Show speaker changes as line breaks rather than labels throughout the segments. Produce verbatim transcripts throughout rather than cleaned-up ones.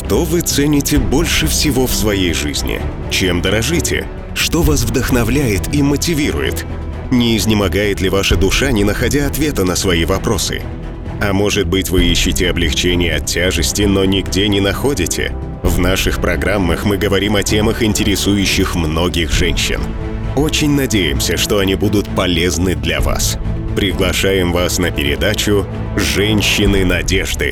Что вы цените больше всего в своей жизни? Чем дорожите? Что вас вдохновляет и мотивирует? Не изнемогает ли ваша душа, не находя ответа на свои вопросы? А может быть, вы ищете облегчение от тяжести, но нигде не находите? В наших программах мы говорим о темах, интересующих многих женщин. Очень надеемся, что они будут полезны для вас. Приглашаем вас на передачу «Женщины надежды».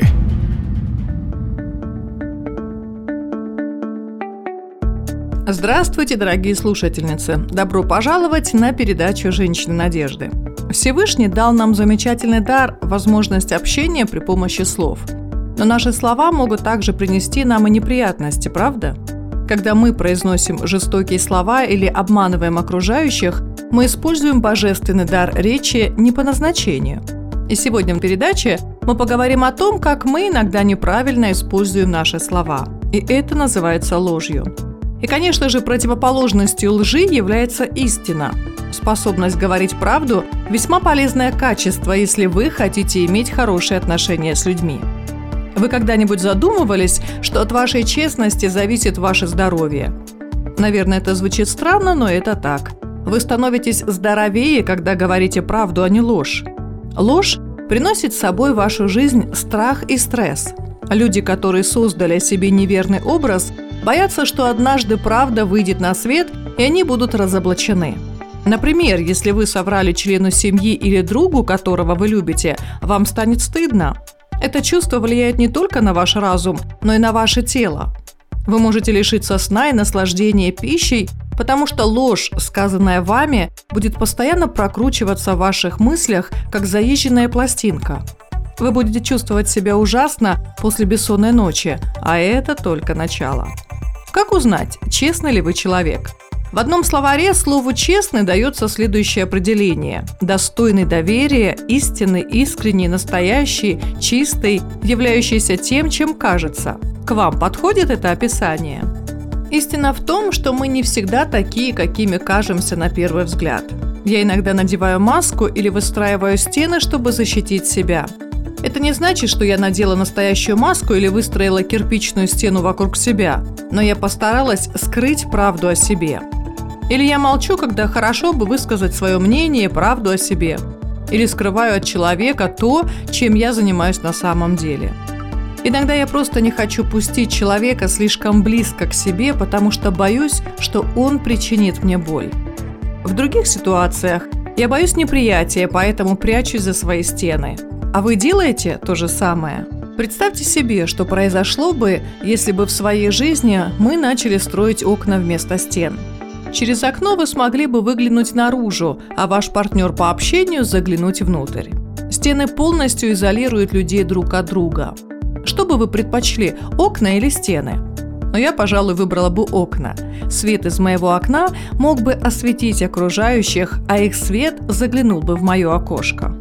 Здравствуйте, дорогие слушательницы! Добро пожаловать на передачу «Женщины надежды». Всевышний дал нам замечательный дар – возможность общения при помощи слов. Но наши слова могут также принести нам и неприятности, правда? Когда мы произносим жестокие слова или обманываем окружающих, мы используем божественный дар речи не по назначению. И сегодня в передаче мы поговорим о том, как мы иногда неправильно используем наши слова. И это называется ложью. И, конечно же, противоположностью лжи является истина. Способность говорить правду – весьма полезное качество, если вы хотите иметь хорошие отношения с людьми. Вы когда-нибудь задумывались, что от вашей честности зависит ваше здоровье? Наверное, это звучит странно, но это так. Вы становитесь здоровее, когда говорите правду, а не ложь. Ложь приносит с собой в вашу жизнь страх и стресс. Люди, которые создали себе неверный образ, боятся, что однажды правда выйдет на свет, и они будут разоблачены. Например, если вы соврали члену семьи или другу, которого вы любите, вам станет стыдно. Это чувство влияет не только на ваш разум, но и на ваше тело. Вы можете лишиться сна и наслаждения пищей, потому что ложь, сказанная вами, будет постоянно прокручиваться в ваших мыслях, как заезженная пластинка. Вы будете чувствовать себя ужасно после бессонной ночи, а это только начало. Как узнать, честный ли вы человек? В одном словаре слову «честный» дается следующее определение: достойный доверия, истинный, искренний, настоящий, чистый, являющийся тем, чем кажется. К вам подходит это описание? Истина в том, что мы не всегда такие, какими кажемся на первый взгляд. Я иногда надеваю маску или выстраиваю стены, чтобы защитить себя. Это не значит, что я надела настоящую маску или выстроила кирпичную стену вокруг себя, но я постаралась скрыть правду о себе. Или я молчу, когда хорошо бы высказать свое мнение и правду о себе. Или скрываю от человека то, чем я занимаюсь на самом деле. Иногда я просто не хочу пустить человека слишком близко к себе, потому что боюсь, что он причинит мне боль. В других ситуациях я боюсь неприятия, поэтому прячусь за свои стены. А вы делаете то же самое? Представьте себе, что произошло бы, если бы в своей жизни мы начали строить окна вместо стен. Через окно вы смогли бы выглянуть наружу, а ваш партнер по общению заглянуть внутрь. Стены полностью изолируют людей друг от друга. Что бы вы предпочли, окна или стены? Но я, пожалуй, выбрала бы окна. Свет из моего окна мог бы осветить окружающих, а их свет заглянул бы в мое окошко.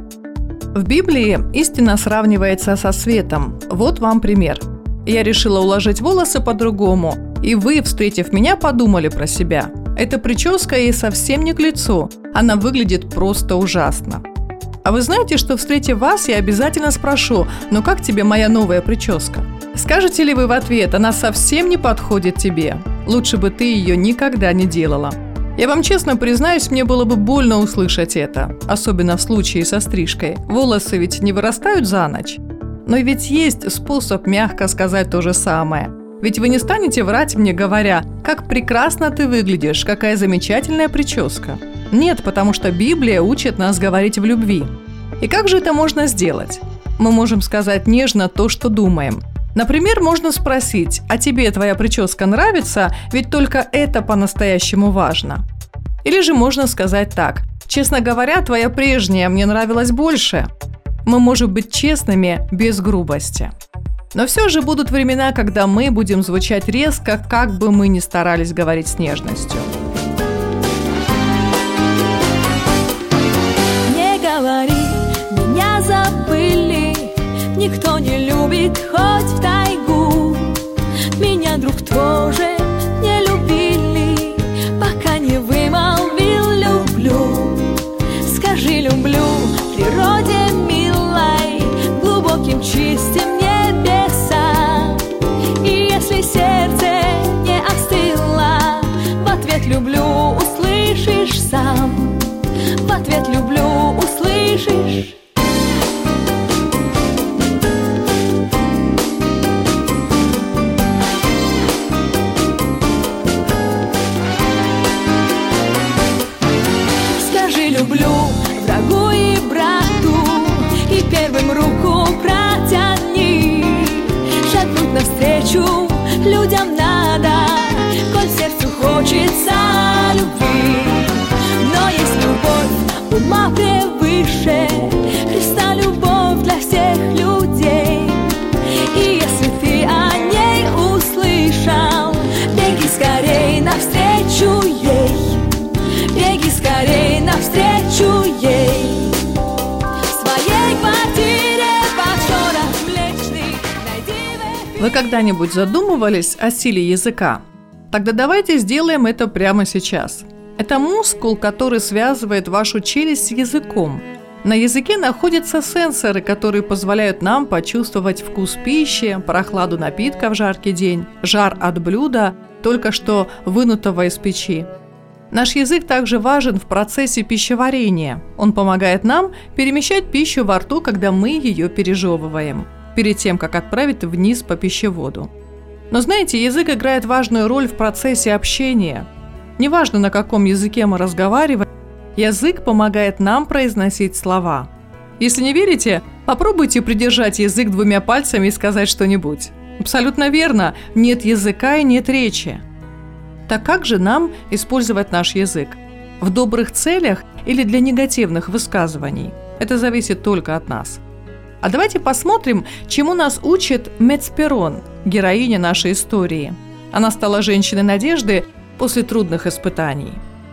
В Библии истина сравнивается со светом. Вот вам пример. Я решила уложить волосы по-другому, и вы, встретив меня, подумали про себя. Эта прическа ей совсем не к лицу, она выглядит просто ужасно. А вы знаете, что, встретив вас, я обязательно спрошу: ну как тебе моя новая прическа? Скажете ли вы в ответ: она совсем не подходит тебе, лучше бы ты ее никогда не делала? Я вам честно признаюсь, мне было бы больно услышать это, особенно в случае со стрижкой. Волосы ведь не вырастают за ночь. Но ведь есть способ мягко сказать то же самое. Ведь вы не станете врать мне, говоря: как прекрасно ты выглядишь, какая замечательная прическа. Нет, потому что Библия учит нас говорить в любви. И как же это можно сделать? Мы можем сказать нежно то, что думаем. Например, можно спросить: а тебе твоя прическа нравится? Ведь только это по-настоящему важно. Или же можно сказать так: честно говоря, твоя прежняя мне нравилась больше. Мы можем быть честными без грубости. Но все же будут времена, когда мы будем звучать резко, как бы мы ни старались говорить с нежностью.
Не говори, меня забыли, никто не любит хоть в тайгу. Меня, друг, тоже не любили, пока не вымолвил люблю. Скажи люблю природе милой, глубоким чистым небесам.
Вы когда-нибудь задумывались о силе языка? Тогда давайте сделаем это прямо сейчас. Это мускул, который связывает вашу челюсть с языком. На языке находятся сенсоры, которые позволяют нам почувствовать вкус пищи, прохладу напитка в жаркий день, жар от блюда, только что вынутого из печи. Наш язык также важен в процессе пищеварения. Он помогает нам перемещать пищу во рту, когда мы ее пережевываем, перед тем, как отправить вниз по пищеводу. Но знаете, язык играет важную роль в процессе общения. Неважно, на каком языке мы разговариваем, язык помогает нам произносить слова. Если не верите, попробуйте придержать язык двумя пальцами и сказать что-нибудь. Абсолютно верно, нет языка и нет речи. Так как же нам использовать наш язык? В добрых целях или для негативных высказываний? Это зависит только от нас. А давайте посмотрим, чему нас учит Мецперон, героиня нашей истории. Она стала женщиной надежды после трудных испытаний.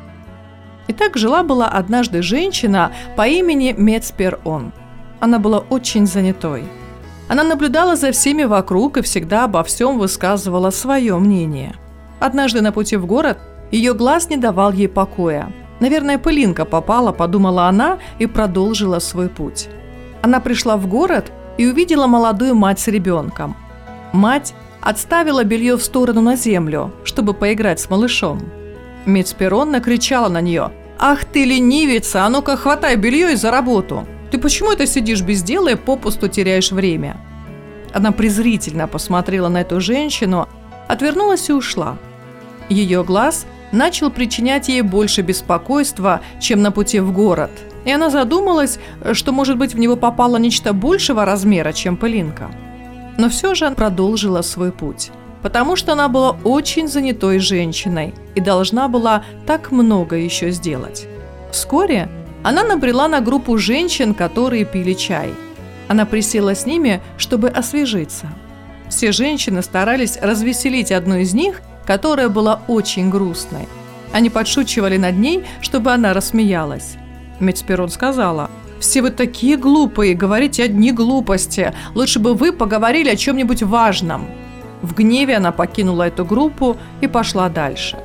Итак, жила-была однажды женщина по имени Мецперон. Она была очень занятой. Она наблюдала за всеми вокруг и всегда обо всем высказывала свое мнение. Однажды на пути в город ее глаз не давал ей покоя. Наверное, пылинка попала, подумала она, и продолжила свой путь. Она пришла в город и увидела молодую мать с ребенком. Мать отставила белье в сторону на землю, чтобы поиграть с малышом. Мецперон накричала на нее: «Ах ты, ленивица, а ну-ка хватай белье и за работу! Ты почему это сидишь без дела и попусту теряешь время?» Она презрительно посмотрела на эту женщину, отвернулась и ушла. Ее глаз начал причинять ей больше беспокойства, чем на пути в город, и она задумалась, что, может быть, в него попало нечто большего размера, чем пылинка. Но все же она продолжила свой путь, потому что она была очень занятой женщиной и должна была так много еще сделать. Вскоре она набрела на группу женщин, которые пили чай. Она присела с ними, чтобы освежиться. Все женщины старались развеселить одну из них, которая была очень грустной. Они подшучивали над ней, чтобы она рассмеялась. Мецперон сказала: «Все вы такие глупые, говорите одни глупости. Лучше бы вы поговорили о чем-нибудь важном». В гневе она покинула эту группу и пошла дальше.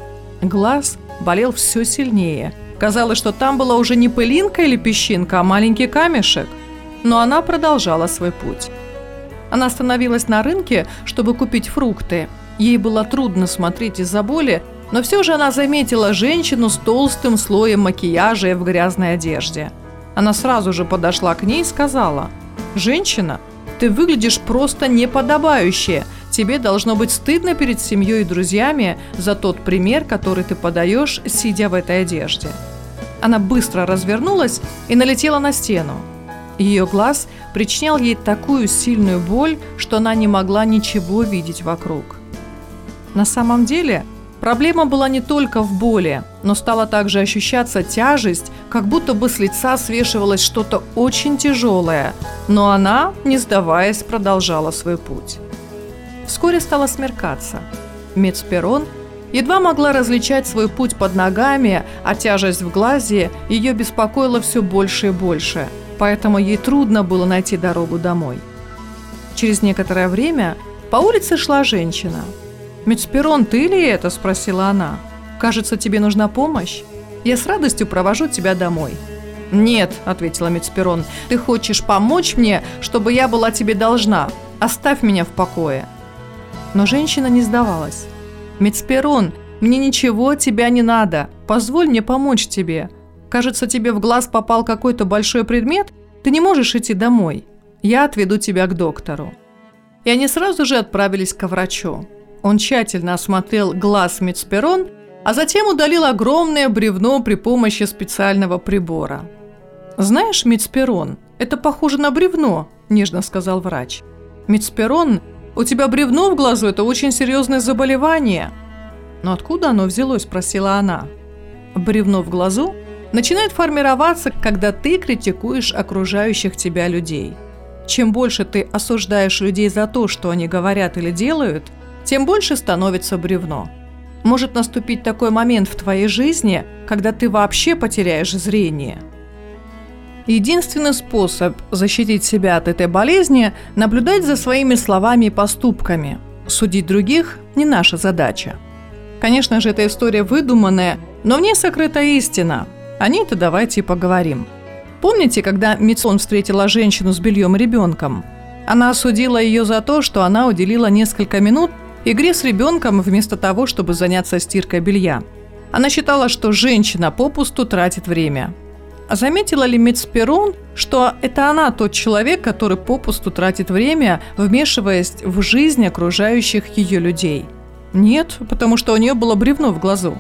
Глаз болел все сильнее. Казалось, что там была уже не пылинка или песчинка, а маленький камешек. Но она продолжала свой путь. Она остановилась на рынке, чтобы купить фрукты. Ей было трудно смотреть из-за боли, но все же она заметила женщину с толстым слоем макияжа и в грязной одежде. Она сразу же подошла к ней и сказала: «Женщина, ты выглядишь просто неподобающе. Тебе должно быть стыдно перед семьей и друзьями за тот пример, который ты подаешь, сидя в этой одежде». Она быстро развернулась и налетела на стену. Ее глаз причинял ей такую сильную боль, что она не могла ничего видеть вокруг. На самом деле, проблема была не только в боли, но стала также ощущаться тяжесть, как будто бы с лица свешивалось что-то очень тяжелое, но она, не сдаваясь, продолжала свой путь. Вскоре стало смеркаться. Мецперон едва могла различать свой путь под ногами, а тяжесть в глазе ее беспокоила все больше и больше, поэтому ей трудно было найти дорогу домой. Через некоторое время по улице шла женщина. «Мецперон, ты ли это?» – спросила она. «Кажется, тебе нужна помощь? Я с радостью провожу тебя домой». «Нет», – ответила Мецперон, – «ты хочешь помочь мне, чтобы я была тебе должна. Оставь меня в покое». Но женщина не сдавалась. «Мецперон, мне ничего от тебя не надо. Позволь мне помочь тебе. Кажется, тебе в глаз попал какой-то большой предмет. Ты не можешь идти домой. Я отведу тебя к доктору». И они сразу же отправились к врачу. Он тщательно осмотрел глаз Мецперон, а затем удалил огромное бревно при помощи специального прибора. «Знаешь, Мецперон, это похоже на бревно», – нежно сказал врач. «Мецперон, у тебя бревно в глазу – это очень серьезное заболевание». «Но откуда оно взялось?» – спросила она. «Бревно в глазу начинает формироваться, когда ты критикуешь окружающих тебя людей. Чем больше ты осуждаешь людей за то, что они говорят или делают, тем больше становится бревно. Может наступить такой момент в твоей жизни, когда ты вообще потеряешь зрение». Единственный способ защитить себя от этой болезни – наблюдать за своими словами и поступками. Судить других – не наша задача. Конечно же, эта история выдуманная, но в ней сокрыта истина. О ней-то давайте и поговорим. Помните, когда Митсон встретила женщину с бельем и ребенком? Она осудила ее за то, что она уделила несколько минут игре с ребенком вместо того, чтобы заняться стиркой белья. Она считала, что женщина попусту тратит время. А заметила ли мисс Перрон, что это она тот человек, который попусту тратит время, вмешиваясь в жизнь окружающих ее людей? Нет, потому что у нее было бревно в глазу.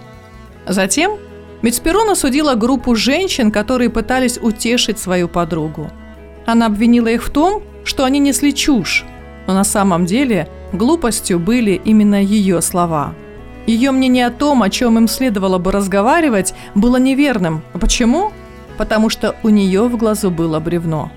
Затем мисс Перрон осудила группу женщин, которые пытались утешить свою подругу. Она обвинила их в том, что они несли чушь, но на самом деле глупостью были именно ее слова. Ее мнение о том, о чем им следовало бы разговаривать, было неверным. Почему? Потому что у нее в глазу было бревно.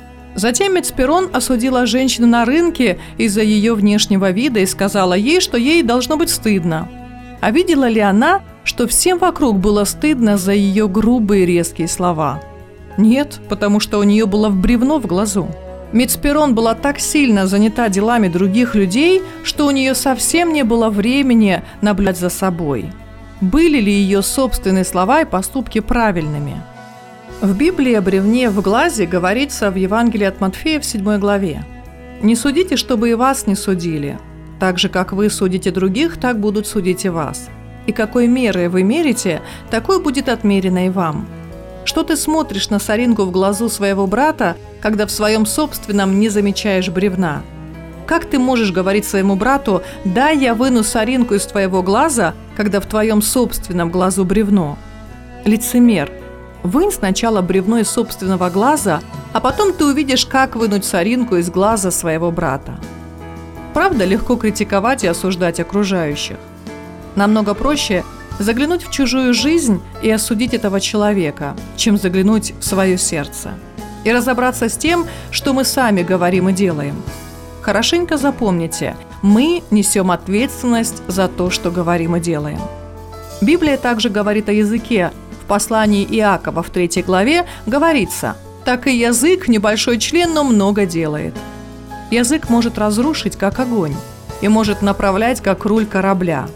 Затем мисс Перрон осудила женщину на рынке из-за ее внешнего вида и сказала ей, что ей должно быть стыдно. А видела ли она, что всем вокруг было стыдно за ее грубые резкие слова? Нет, потому что у нее было бревно в глазу. Мисс Перрон была так сильно занята делами других людей, что у нее совсем не было времени наблюдать за собой. Были ли ее собственные слова и поступки правильными? В Библии о бревне в глазе говорится в Евангелии от Матфея в седьмой главе. «Не судите, чтобы и вас не судили. Так же, как вы судите других, так будут судить и вас. И какой мерой вы мерите, такой будет отмерено и вам. Что ты смотришь на соринку в глазу своего брата, когда в своем собственном не замечаешь бревна? Как ты можешь говорить своему брату: «Дай я выну соринку из твоего глаза», когда в твоем собственном глазу бревно? Лицемер, вынь сначала бревно из собственного глаза, а потом ты увидишь, как вынуть соринку из глаза своего брата. Правда, легко критиковать и осуждать окружающих. Намного проще заглянуть в чужую жизнь и осудить этого человека, чем заглянуть в свое сердце. И разобраться с тем, что мы сами говорим и делаем. Хорошенько запомните, мы несем ответственность за то, что говорим и делаем. Библия также говорит о языке. В послании Иакова в третьей главе говорится: «Так и язык, небольшой член, но много делает». Язык может разрушить, как огонь, и может направлять, как руль корабля.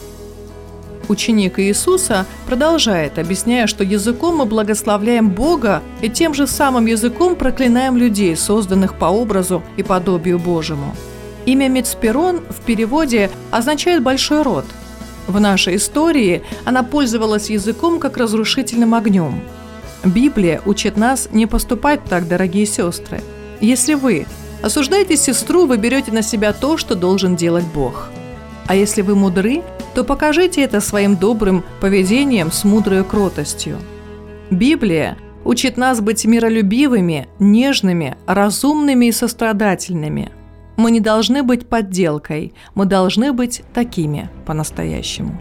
Ученик Иисуса продолжает, объясняя, что языком мы благословляем Бога и тем же самым языком проклинаем людей, созданных по образу и подобию Божьему. Имя мисс Перрон в переводе означает «большой род». В нашей истории она пользовалась языком как разрушительным огнем. Библия учит нас не поступать так, дорогие сестры. Если вы осуждаете сестру, вы берете на себя то, что должен делать Бог. А если вы мудры, то покажите это своим добрым поведением с мудрой кротостью. Библия учит нас быть миролюбивыми, нежными, разумными и сострадательными. Мы не должны быть подделкой, мы должны быть такими по-настоящему.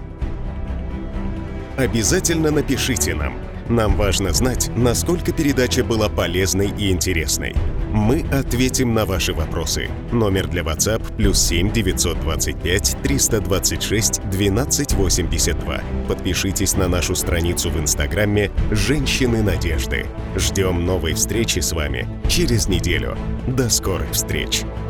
Обязательно напишите нам. Нам важно знать, насколько передача была полезной и интересной. Мы ответим на ваши вопросы. Номер для WhatsApp плюс семь девятьсот двадцать пять триста двадцать шесть двенадцать восемьдесят два. Подпишитесь на нашу страницу в Инстаграме «Женщины Надежды». Ждем новой встречи с вами через неделю. До скорых встреч!